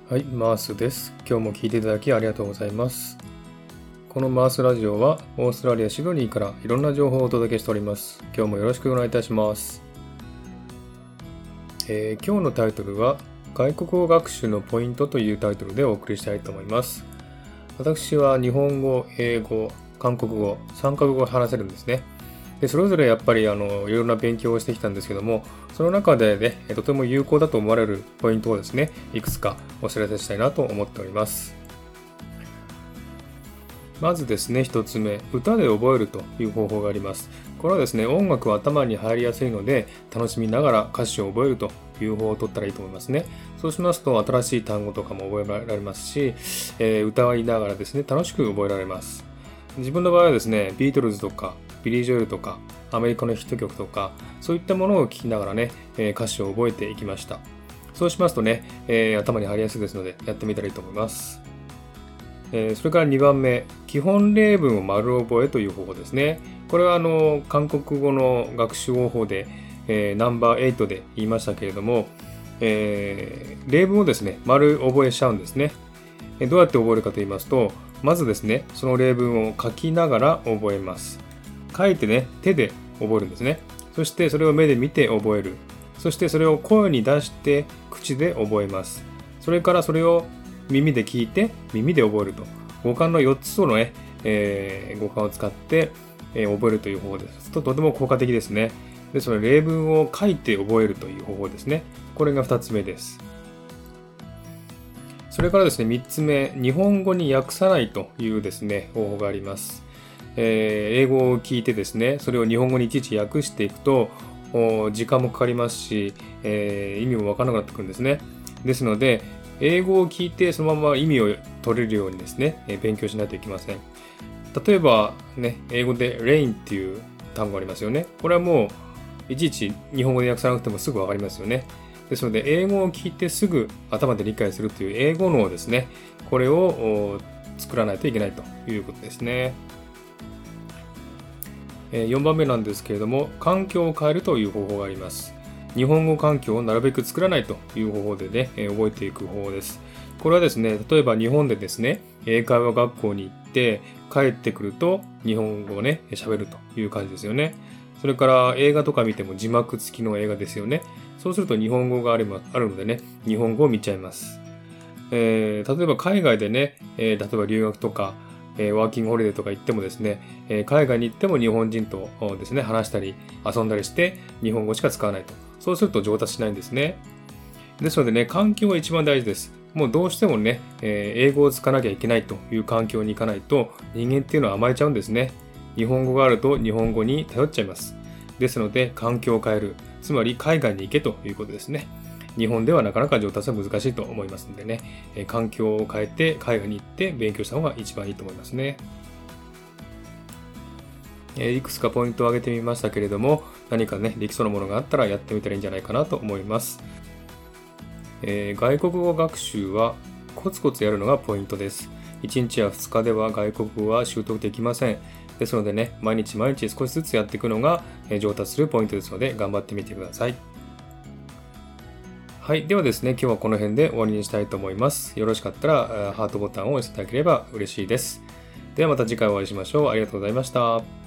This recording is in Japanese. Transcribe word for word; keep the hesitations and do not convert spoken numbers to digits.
はい、マースです。今日も聞いていただきありがとうございます。このマースラジオはオーストラリア・シドニーからいろんな情報をお届けしております。今日もよろしくお願いいたします。えー、今日のタイトルは外国語学習のポイントというタイトルでお送りしたいと思います。私は日本語、英語、韓国語、さんカ国語話せるんですね。でそれぞれやっぱりあのいろいろな勉強をしてきたんですけども、その中でね、とても有効だと思われるポイントをですね、いくつかお知らせしたいなと思っております。まずですね、一つ目、歌で覚えるという方法があります。これはですね、音楽は頭に入りやすいので、楽しみながら歌詞を覚えるという方法を取ったらいいと思いますね。そうしますと、新しい単語とかも覚えられますし、えー、歌いながらですね、楽しく覚えられます。自分の場合はですね、ビートルズとか、ビリー・ジョエルとか、アメリカのヒット曲とか、そういったものを聴きながらね、えー、歌詞を覚えていきました。そうしますとね、えー、頭に入りやすいですので、やってみたらいいと思います。えー、それからにばんめ、基本例文を丸覚えという方法ですね。これはあの韓国語の学習方法で、えー、ナンバーエイトで言いましたけれども、えー、例文をですね、丸覚えしちゃうんですね。どうやって覚えるかと言いますと、まずですね、その例文を書きながら覚えます。書いてね、手で覚えるんですね。そしてそれを目で見て覚える。そしてそれを声に出して口で覚えます。それからそれを耳で聞いて耳で覚えると。五感のよっつのね、えー、五感を使って、えー、覚えるという方法です。ととても効果的ですね。で、その例文を書いて覚えるという方法ですね。これがふたつめです。それからですね、みっつめ、日本語に訳さないというですね、方法があります。えー、英語を聞いてですね、それを日本語にいちいち訳していくと、時間もかかりますし、えー、意味もわからなくなってくるんですね。ですので、英語を聞いてそのまま意味を取れるようにですね、えー、勉強しないといけません。例えば、ね、英語で レイン っていう単語ありますよね。これはもう、いちいち日本語で訳さなくてもすぐわかりますよね。ですので、英語を聞いてすぐ頭で理解するという英語脳ですね。これを作らないといけないということですね。よんばんめなんですけれども、環境を変えるという方法があります。日本語環境をなるべく作らないという方法でね、覚えていく方法です。これはですね、例えば日本でですね、英会話学校に行って帰ってくると日本語をね、喋るという感じですよね。それから映画とか見ても字幕付きの映画ですよね。そうすると日本語があるのでね、日本語を見ちゃいます。えー、例えば海外でね、えー、例えば留学とか、えー、ワーキングホリデーとか行ってもですね、えー、海外に行っても日本人とですね、話したり遊んだりして日本語しか使わないと。そうすると上達しないんですね。ですのでね、環境が一番大事です。もうどうしてもね、えー、英語を使わなきゃいけないという環境に行かないと人間っていうのは甘えちゃうんですね。日本語があると日本語に頼っちゃいます。ですので環境を変える。つまり海外に行けということですね。日本ではなかなか上達は難しいと思いますのでね、えー、環境を変えて海外に行って勉強した方が一番いいと思いますね。えー、いくつかポイントを挙げてみましたけれども、何かね、できそうなものがあったらやってみたらいいんじゃないかなと思います。えー、外国語学習はコツコツやるのがポイントです。いちにちやふつかでは外国語は習得できません。ですのでね、毎日毎日少しずつやっていくのが上達するポイントですので、頑張ってみてください。はい。ではですね、今日はこの辺で終わりにしたいと思います。よろしかったらハートボタンを押していただければ嬉しいです。ではまた次回お会いしましょう。ありがとうございました。